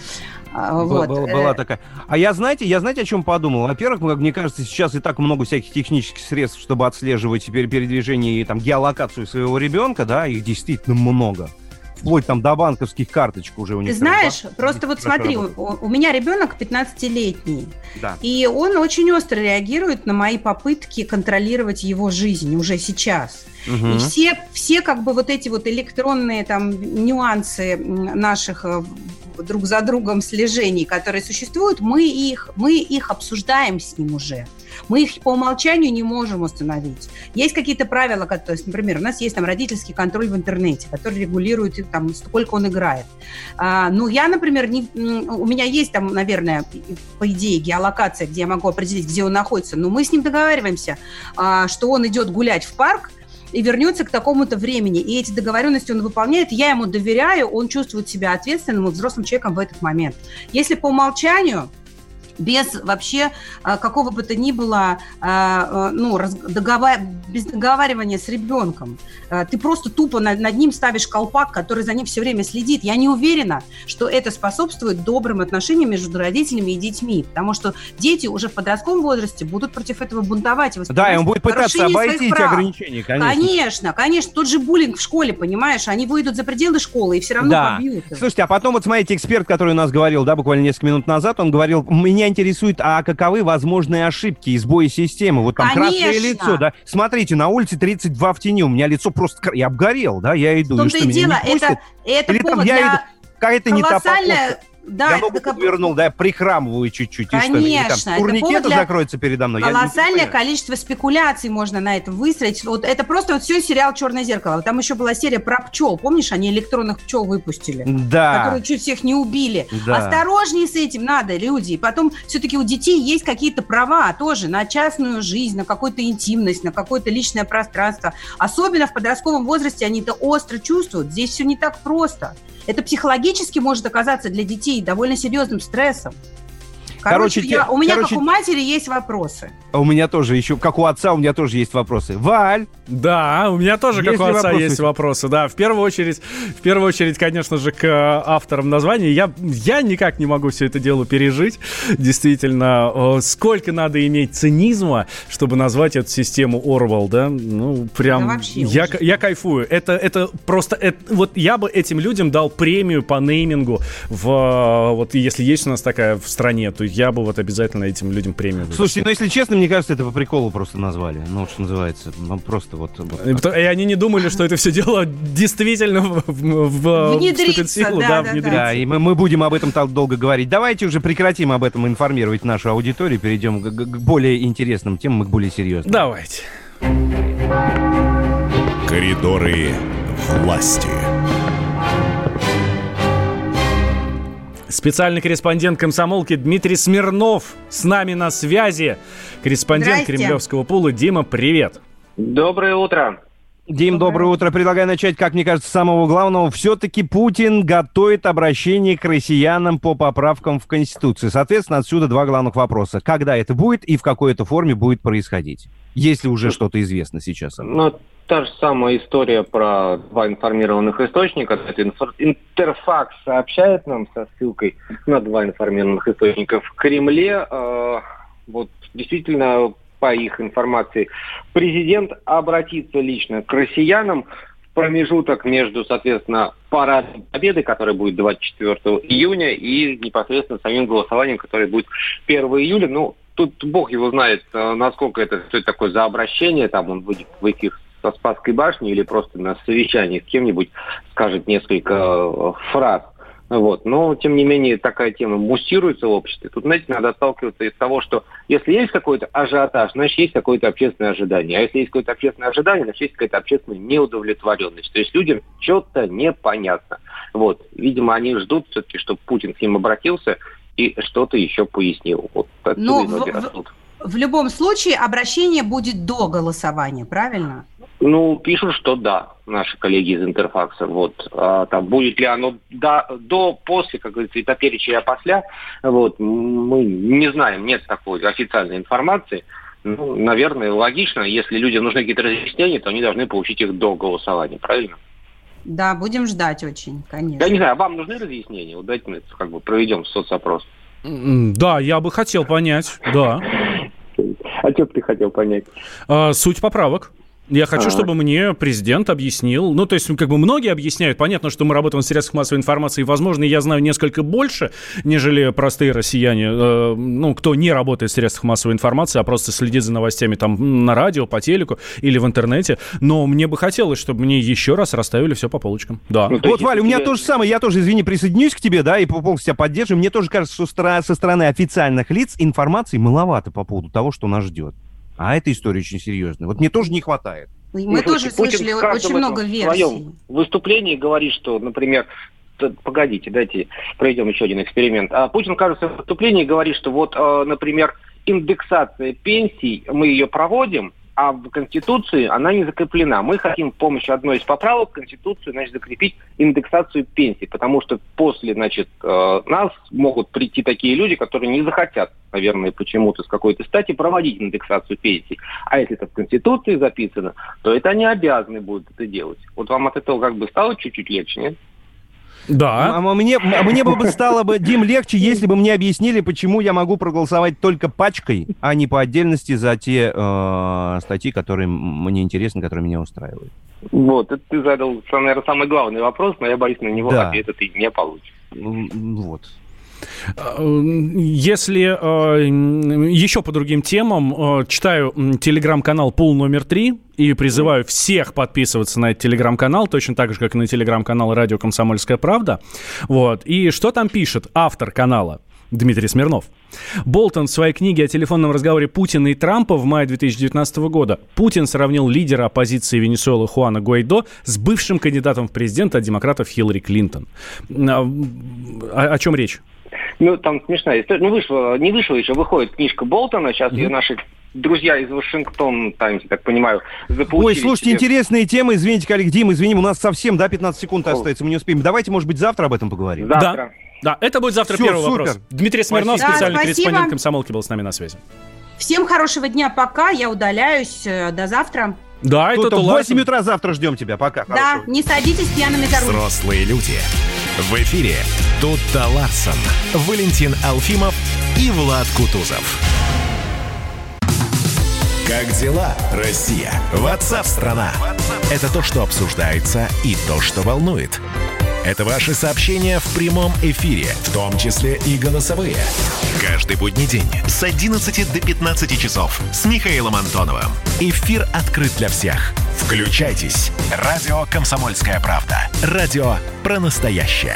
Вот. Была, была такая. А я, знаете, я знаете, о чем подумал? Во-первых, как мне кажется, сейчас и так много всяких технических средств, чтобы отслеживать теперь передвижение и там геолокацию своего ребенка, да, их действительно много. Вплоть там до банковских карточек уже у них. Ты знаешь, там, просто вот смотри, у, у меня ребенок пятнадцатилетний, да. И он очень остро реагирует на мои попытки контролировать его жизнь уже сейчас. Угу. И все, все как бы вот эти вот электронные там нюансы наших друг за другом слежений, которые существуют, мы их, мы их обсуждаем с ним уже. Мы их по умолчанию не можем установить. Есть какие-то правила, то есть, например, у нас есть там родительский контроль в интернете, который регулирует там, сколько он играет. А, ну, я, например, не, у меня есть там, наверное, по идее геолокация, где я могу определить, где он находится, но мы с ним договариваемся, а, что он идет гулять в парк и вернется к такому-то времени. И эти договоренности он выполняет, я ему доверяю, он чувствует себя ответственным и взрослым человеком в этот момент. Если по умолчанию, без вообще а, какого бы то ни было а, ну, раз, договар... без договаривания с ребенком. А, ты просто тупо над, над ним ставишь колпак, который за ним все время следит. Я не уверена, что это способствует добрым отношениям между родителями и детьми, потому что дети уже в подростковом возрасте будут против этого бунтовать. Да, и он будет пытаться обойти эти ограничения, конечно. Конечно, конечно. Тот же буллинг в школе, понимаешь, они выйдут за пределы школы и все равно да. побьют. Слушайте, а потом вот смотрите, эксперт, который у нас говорил, да, буквально несколько минут назад, он говорил, меня интересует, а каковы возможные ошибки и сбои системы? Вот там Конечно. красное лицо, да? Смотрите, на улице тридцать два в тени, у меня лицо просто... Я обгорел, да? Я иду. В том-то и, и дело, это, это Или повод там, я для... иду, какая-то не та колоссальная... Да, я ногу это... подвернул, да, я прихрамываю чуть-чуть. Конечно. Турникеты закроются передо мной. Колоссальное количество спекуляций можно на этом выстроить. Вот это просто вот все сериал «Черное зеркало». Там еще была серия про пчел. Помнишь, они электронных пчел выпустили? Да. Которые чуть всех не убили. Да. Осторожнее с этим надо, люди. И потом все-таки у детей есть какие-то права тоже на частную жизнь, на какую-то интимность, на какое-то личное пространство. Особенно в подростковом возрасте они это остро чувствуют. Здесь все не так просто. Это психологически может оказаться для детей довольно серьезным стрессом. Короче, короче я, у меня, короче, как у матери, есть вопросы. А у меня тоже, еще как у отца, у меня тоже есть вопросы. Валь! Да, у меня тоже, как у отца, вопросы? есть вопросы. Да, в первую очередь, в первую очередь, конечно же, к авторам названия. Я, я никак не могу все это дело пережить. Действительно, сколько надо иметь цинизма, чтобы назвать эту систему Орвелл, да? Ну, прям, да я, я кайфую. Это, это просто, это, вот я бы этим людям дал премию по неймингу, в, вот если есть у нас такая в стране, то я бы вот обязательно этим людям премию выдал. Слушайте, ну если честно, мне кажется, это по приколу просто назвали. Ну, что называется, ну, просто вот... вот и они не думали, что это все дело действительно в, в, внедрится, в силу, да, да, да, внедрится. Да, и мы, мы будем об этом так долго говорить. Давайте уже прекратим об этом информировать нашу аудиторию, перейдем к, к более интересным темам, к более серьезным. Давайте. Коридоры власти. Специальный корреспондент «Комсомолки» Дмитрий Смирнов с нами на связи. Корреспондент Кремлевского пула. Дима, привет. Доброе утро. Дим, доброе утро. Предлагаю начать, как мне кажется, с самого главного. Все-таки Путин готовит обращение к россиянам по поправкам в Конституцию. Соответственно, отсюда два главных вопроса. Когда это будет и в какой это форме будет происходить? Если уже что-то известно сейчас. Ну, та же самая история про два информированных источника. Это Интерфакс сообщает нам со ссылкой на два информированных источника в Кремле. Э, вот действительно, по их информации, президент обратится лично к россиянам в промежуток между, соответственно, парадом Победы, который будет двадцать четвёртого июня, и непосредственно самим голосованием, которое будет первого июля. Ну, тут бог его знает, насколько это, что это такое за обращение, там он будет в этих со Спасской башни или просто на совещании с кем-нибудь скажет несколько фраз. Вот. Но, тем не менее, такая тема муссируется в обществе. Тут, знаете, надо отталкиваться из того, что если есть какой-то ажиотаж, значит, есть какое-то общественное ожидание. А если есть какое-то общественное ожидание, значит, есть какая-то общественная неудовлетворенность. То есть людям что-то непонятно. Вот. Видимо, они ждут все-таки, чтобы Путин к ним обратился и что-то еще пояснил. Вот Но в, в, в любом случае обращение будет до голосования, правильно? Ну, пишут, что да, наши коллеги из Интерфакса. Вот. А, там будет ли оно до, до, после, как говорится, и попереча, и опосля, вот, мы не знаем, нет такой официальной информации. Ну, наверное, логично, если людям нужны какие-то разъяснения, то они должны получить их до голосования, правильно? Да, будем ждать очень, конечно. Я не знаю, а вам нужны разъяснения? Вот давайте мы как бы проведем соцопрос. Да, я бы хотел понять, да. А что ты хотел понять? А, суть поправок. Я хочу, А-а-а. чтобы мне президент объяснил. Ну, то есть, как бы многие объясняют. Понятно, что мы работаем в средствах массовой информации. Возможно, я знаю несколько больше, нежели простые россияне. Э, ну, кто не работает в средствах массовой информации, а просто следит за новостями там на радио, по телеку или в интернете. Но мне бы хотелось, чтобы мне еще раз расставили все по полочкам. Да. Ну, вот, Валя, у меня то же самое. Я тоже, извини, присоединюсь к тебе, да, и полностью тебя поддерживаю. Мне тоже кажется, что со стороны официальных лиц информации маловато по поводу того, что нас ждет. А эта история очень серьезная. Вот мне тоже не хватает. Мы ну, тоже слышали очень много версий. В своем выступлении говорит, что, например, погодите, дайте проведем еще один эксперимент. А Путин, кажется, в выступлении говорит, что вот, например, индексация пенсий, мы ее проводим, а в Конституции она не закреплена. Мы хотим с помощью одной из поправок в Конституцию, значит, закрепить индексацию пенсий, потому что после, значит, нас могут прийти такие люди, которые не захотят, наверное, почему-то с какой-то стати проводить индексацию пенсий. А если это в Конституции записано, то это они обязаны будут это делать. Вот вам от этого как бы стало чуть-чуть легче, нет? Да. А мне, мне бы стало бы, Дим, легче, если бы мне объяснили, почему я могу проголосовать только пачкой, а не по отдельности за те э, статьи, которые мне интересны, которые меня устраивают. Вот, это ты задал, наверное, самый главный вопрос, но я боюсь, на него да. ответа ты не получишь. Вот. Если э, еще по другим темам, э, читаю телеграм-канал «Пул номер три» и призываю всех подписываться на этот телеграм-канал, точно так же, как и на телеграм-канал «Радио Комсомольская правда». Вот. И что там пишет автор канала? Дмитрий Смирнов. Болтон в своей книге о телефонном разговоре Путина и Трампа в мае две тысячи девятнадцатого года Путин сравнил лидера оппозиции Венесуэлы Хуана Гуайдо с бывшим кандидатом в президенты от демократов Хиллари Клинтон. О, о чем речь? Ну, там смешная история. Ну, вышла, не вышла еще, выходит книжка Болтона. Сейчас mm-hmm. ее наши друзья из Вашингтона Таймс, так понимаю, заполучили. Ой, слушайте, себе... интересные темы. Извините, коллеги, Дим, извини, у нас совсем, да, пятнадцать секунд О. остается, мы не успеем. Давайте, может быть, завтра об этом поговорим. Завтра. Да. Да, это будет завтра Все, первый супер. вопрос. Дмитрий Смирнов, спасибо. специальный Да, корреспондент «Комсомолки», был с нами на связи. Всем хорошего дня, пока. Я удаляюсь. До завтра. Да, это в восемь утра завтра ждем тебя. Пока. Да, Хорошего. Не садитесь пьяными за руль. Взрослые люди. В эфире Тутта Ларсон, Валентин Алфимов и Влад Кутузов. Как дела, Россия? Ватсап-страна! Это то, что обсуждается, и то, что волнует. Это ваши сообщения в прямом эфире, в том числе и голосовые. Каждый будний день с одиннадцати до пятнадцати часов с Михаилом Антоновым. Эфир открыт для всех. Включайтесь. Радио «Комсомольская правда». Радио про настоящее.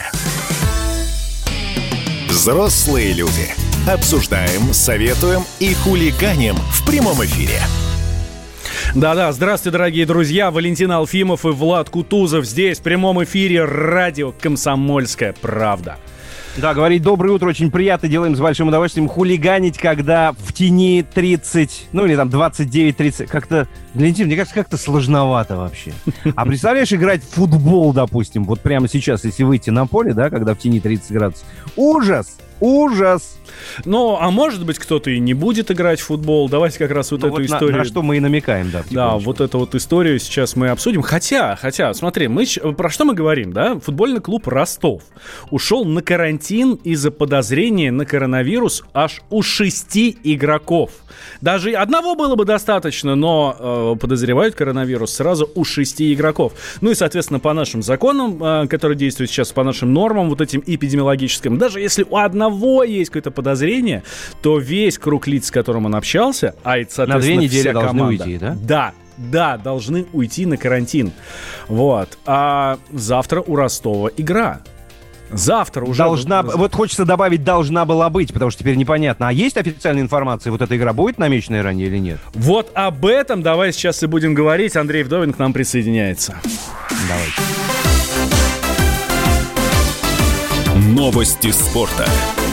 Взрослые люди. Обсуждаем, советуем и хулиганим в прямом эфире. Да-да, здравствуйте, дорогие друзья. Валентин Алфимов и Влад Кутузов здесь в прямом эфире радио «Комсомольская правда». Да, говорить доброе утро очень приятно, делаем с большим удовольствием. Хулиганить, когда в тени тридцать, ну или там двадцать девять тридцать, как-то, Валентин, мне кажется, как-то сложновато вообще. А представляешь, играть в футбол, допустим, вот прямо сейчас, если выйти на поле, да, когда в тени тридцать градусов. Ужас! Ужас! Ну, а может быть, кто-то и не будет играть в футбол. Давайте как раз вот ну, эту вот историю... На, на что мы и намекаем, да. Да, вот эту вот историю сейчас мы обсудим. Хотя, хотя, смотри, мы про что мы говорим, да? Футбольный клуб «Ростов» ушел на карантин из-за подозрения на коронавирус аж у шести игроков. Даже одного было бы достаточно, но э, подозревают коронавирус сразу у шести игроков. Ну и, соответственно, по нашим законам, э, которые действуют сейчас, по нашим нормам, вот этим эпидемиологическим, даже если у одного есть какое-то подозрение, то весь круг лиц, с которым он общался, а это, соответственно, на две недели вся должны команда, уйти, да? Да, да, должны уйти на карантин. Вот. А завтра у Ростова игра. Завтра уже... Должна, вот хочется добавить, должна была быть, потому что теперь непонятно. А есть официальная информация, вот эта игра будет намеченная ранее или нет? Вот об этом давай сейчас и будем говорить. Андрей Вдовин к нам присоединяется. Давайте. Новости спорта.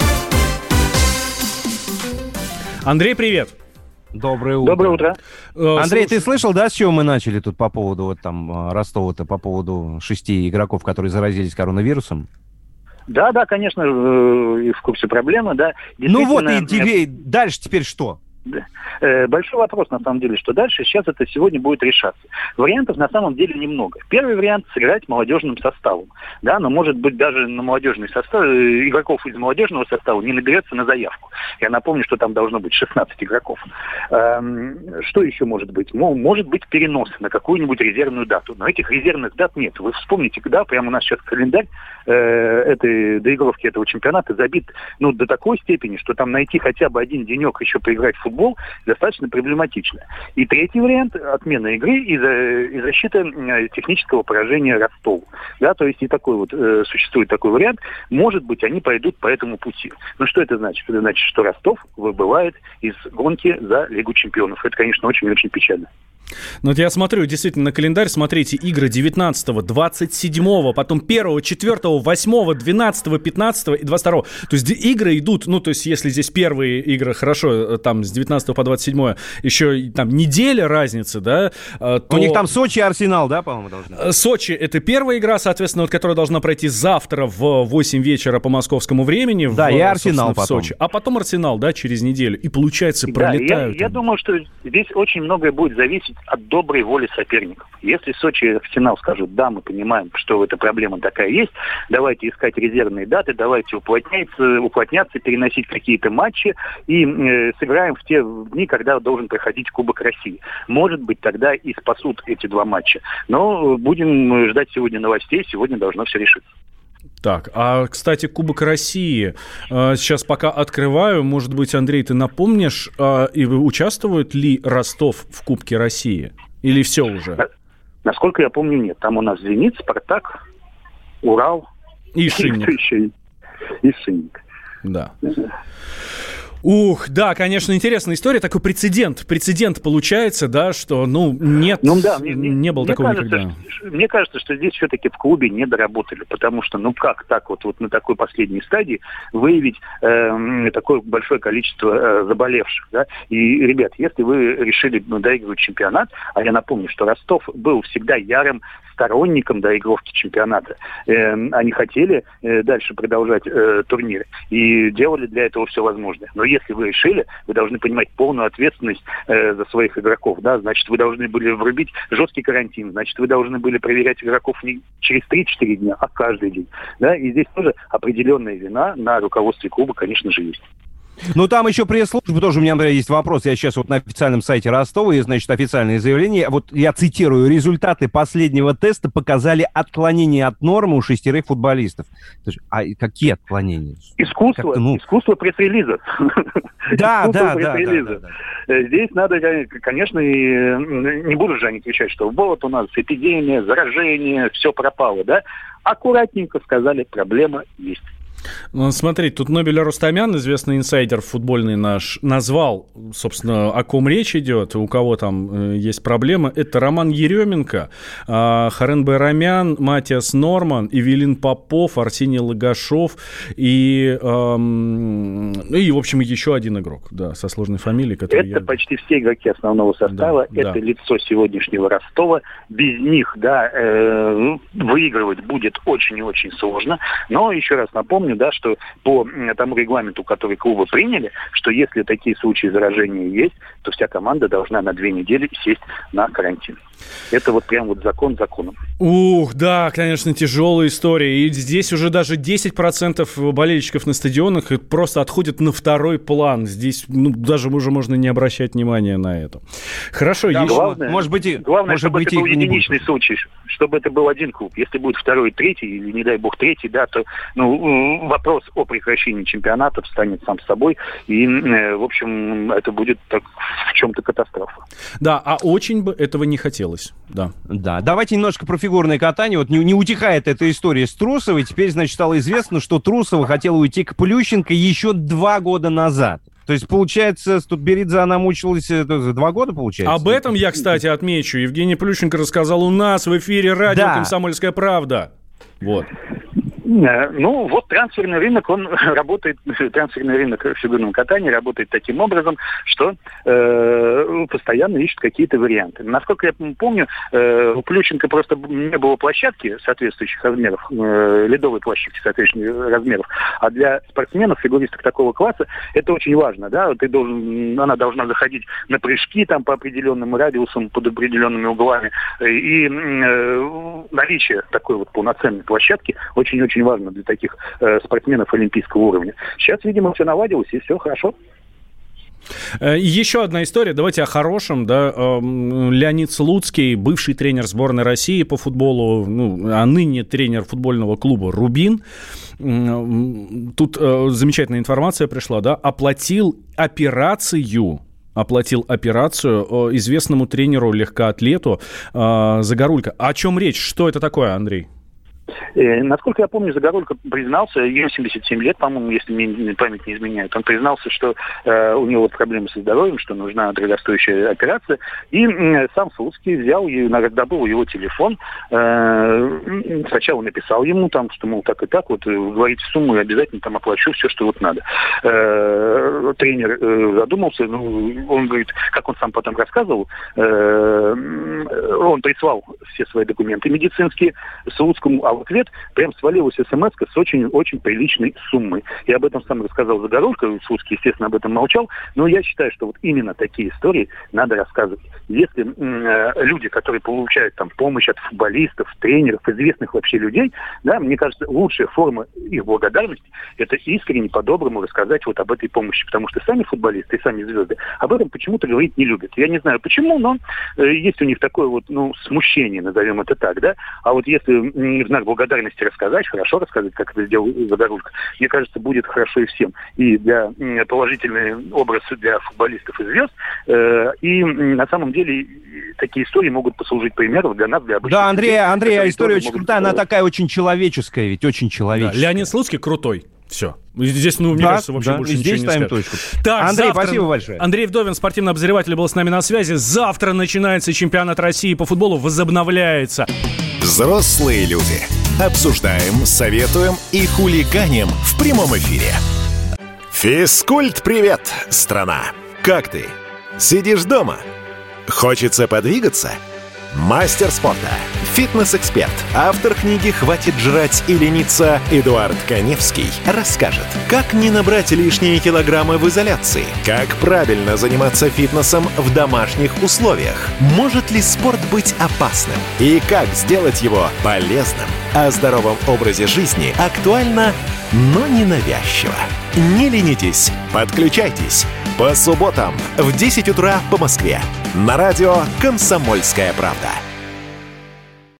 Андрей, привет. Доброе утро. Доброе утро. Андрей, Слушай... ты слышал, да, с чего мы начали тут по поводу вот там Ростова-то, по поводу шести игроков, которые заразились коронавирусом? Да, да, конечно, в курсе проблемы, да. Ну вот и тебе дальше теперь что? Большой вопрос, на самом деле, что дальше. Сейчас это сегодня будет решаться. Вариантов на самом деле немного. Первый вариант — сыграть молодежным составом. Да, но может быть даже на молодежный состав, игроков из молодежного состава не наберется на заявку. Я напомню, что там должно быть шестнадцать игроков. Что еще может быть? Может быть перенос на какую-нибудь резервную дату. Но этих резервных дат нет. Вы вспомните, когда прямо у нас сейчас календарь этой доигровки этого чемпионата забит ну, до такой степени, что там найти хотя бы один денек еще поиграть в футбол футбол достаточно проблематично. И третий вариант — отмена игры из-за, из-за защиты технического поражения Ростову. Да, то есть и такой вот э, существует такой вариант. Может быть, они пойдут по этому пути. Но что это значит? Это значит, что Ростов выбывает из гонки за Лигу чемпионов. Это, конечно, очень-очень печально. Ну вот я смотрю действительно на календарь, смотрите, игры девятнадцатого, двадцать седьмого, потом первого, четвёртого, восьмого, двенадцатого, пятнадцатого и двадцать второго. То есть игры идут, ну то есть если здесь первые игры хорошо, там с девятнадцатого по двадцать седьмое, еще там неделя разницы, да. То... У них там Сочи и Арсенал, да, по-моему, должны? Сочи — это первая игра, соответственно, вот, которая должна пройти завтра в восемь вечера по московскому времени. Да, в, и Арсенал потом. В Сочи. А потом Арсенал, да, через неделю. И получается, да, пролетают. Я, я думаю, что здесь очень многое будет зависеть от доброй воли соперников. Если Сочи и Арсенал скажут: да, мы понимаем, что эта проблема такая есть, давайте искать резервные даты, давайте уплотняться, уплотняться переносить какие-то матчи и э, сыграем в те дни, когда должен проходить Кубок России. Может быть, тогда и спасут эти два матча. Но будем ждать сегодня новостей, сегодня должно все решиться. Так, а, кстати, Кубок России. Сейчас пока открываю. Может быть, Андрей, ты напомнишь, и участвует ли Ростов в Кубке России? Или все уже? Насколько я помню, нет. Там у нас «Зенит», «Спартак», «Урал». И «Шинник». И «Шинник». Да. Ух, да, конечно, интересная история, такой прецедент, прецедент получается, да, что, ну, нет, ну, да, мне, не было мне такого кажется, никогда. Что, мне кажется, что здесь все-таки в клубе не доработали, потому что, ну, как так вот, вот на такой последней стадии выявить э, такое большое количество э, заболевших, да, и, ребят, если вы решили ну, доигрывать чемпионат, а я напомню, что Ростов был всегда ярым сторонником доигровки чемпионата. Э, они хотели э, дальше продолжать э, турниры и делали для этого все возможное. Но если вы решили, вы должны понимать полную ответственность э, за своих игроков. Да? Значит, вы должны были врубить жесткий карантин. Значит, вы должны были проверять игроков не через три-четыре дня, а каждый день. Да? И здесь тоже определенная вина на руководстве клуба, конечно же, есть. Ну, там еще пресс-служба, тоже у меня, например, есть вопрос. Я сейчас вот на официальном сайте Ростова, и, значит, официальное заявление. Вот я цитирую. Результаты последнего теста показали отклонение от нормы у шестерых футболистов. А какие отклонения? Искусство, ну... искусство пресс-релиза. Да, да, да, да. Здесь надо, конечно, не буду же они кричать, что вот у нас эпидемия, заражение, все пропало, да? Аккуратненько сказали, проблема есть. Ну, смотри, тут Нобель Рустамян, известный инсайдер футбольный наш, назвал, собственно, о ком речь идет, у кого там э, есть проблемы. Это Роман Еременко, э, Харен Байрамян, Матиас Норман, Эвелин Попов, Арсений Лагашов и, э, и, в общем, еще один игрок, да, со сложной фамилией. Это я... почти все игроки основного состава, да, это да. лицо сегодняшнего Ростова. Без них, да, э, выигрывать будет очень и очень сложно. Но, еще раз напомню, да, что по тому регламенту, который клубы приняли, что если такие случаи заражения есть, то вся команда должна на две недели сесть на карантин. Это вот прям вот закон законом. Ух, да, конечно, тяжелая история. И здесь уже даже десять процентов болельщиков на стадионах просто отходят на второй план. Здесь ну, даже уже можно не обращать внимания на это. Хорошо. Да, еще... Главное, может быть, и, главное может чтобы быть, это был единичный будет. случай, чтобы это был один клуб. Если будет второй, третий, или, не дай бог, третий, да, то ну, вопрос о прекращении чемпионата встанет сам собой. И, в общем, это будет так, в чем-то катастрофа. Да, а очень бы этого не хотелось. Да. Да, давайте немножко про фигурное катание. Вот не, не утихает эта история с Трусовой. Теперь, значит, стало известно, что Трусова хотела уйти к Плющенко еще два года назад. То есть, получается, Стутберидзе она мучилась два года, получается? Об этом я, кстати, отмечу. Евгений Плющенко рассказал у нас в эфире радио да. «Комсомольская правда». Вот. Ну, вот трансферный рынок, он работает, трансферный рынок фигурного катания работает таким образом, что э, постоянно ищут какие-то варианты. Насколько я помню, э, у Плющенко просто не было площадки соответствующих размеров, э, ледовой площадки соответствующих размеров, а для спортсменов, фигуристов такого класса, это очень важно, да, ты должен, она должна заходить на прыжки там по определенным радиусам, под определенными углами, и э, наличие такой вот полноценной площадки очень-очень очень важно для таких э, спортсменов олимпийского уровня. Сейчас, видимо, все наладилось, и все хорошо. Еще одна история, давайте о хорошем, да, Леонид Слуцкий, бывший тренер сборной России по футболу, ну, а ныне тренер футбольного клуба «Рубин», тут замечательная информация пришла, да, оплатил операцию, оплатил операцию известному тренеру легкоатлету Загорулько. О чем речь? Что это такое, Андрей? Э, насколько я помню, Загорулько признался, ему семьдесят семь лет, по-моему, если мне память не изменяет, он признался, что э, у него проблемы со здоровьем, что нужна дорогостоящая операция, и э, сам Слуцкий взял, добыл его телефон, э, сначала написал ему там, что, мол, так и так, вот, говорите сумму, и обязательно там оплачу все, что вот надо. Э, тренер э, задумался, ну, он говорит, как он сам потом рассказывал, э, он прислал все свои документы медицинские Слуцкому, а в ответ прям свалилась смс-ка с очень-очень приличной суммой. И об этом сам рассказал Загорулько, Слуцкий, естественно, об этом молчал, но я считаю, что вот именно такие истории надо рассказывать. Если э, люди, которые получают там помощь от футболистов, тренеров, известных вообще людей, да, мне кажется, лучшая форма их благодарности – это искренне, по-доброму рассказать вот об этой помощи, потому что сами футболисты и сами звезды об этом почему-то говорить не любят. Я не знаю почему, но э, есть у них такое вот, ну, смущение, назовем это так, да, а вот если в знак благодарности элементарности рассказать, хорошо рассказать, как это сделал Задорожко, мне кажется, будет хорошо и всем. И для положительный образ для футболистов и звезд. И на самом деле такие истории могут послужить примером для нас, для обычных Да, Андрей, людей, Андрей, история очень могут... крутая, она такая очень человеческая, ведь очень человеческая. Да, Леонид Слуцкий крутой. Все. Здесь, ну, мне да, кажется, вообще да, больше здесь ничего не ставим скажешь. точку. Так, Андрей, завтра... спасибо большое. Андрей Вдовин, спортивный обозреватель, был с нами на связи. Завтра начинается чемпионат России по футболу, возобновляется. Взрослые люди. Обсуждаем, советуем и хулиганим в прямом эфире. Физкульт-привет, страна! Как ты? Сидишь дома? Хочется подвигаться? Мастер спорта, фитнес-эксперт, автор книги «Хватит жрать и лениться» Эдуард Каневский расскажет, как не набрать лишние килограммы в изоляции, как правильно заниматься фитнесом в домашних условиях, может ли спорт быть опасным и как сделать его полезным. О здоровом образе жизни актуально, но не навязчиво. Не ленитесь, подключайтесь. По субботам в десять утра по Москве. На радио «Комсомольская правда».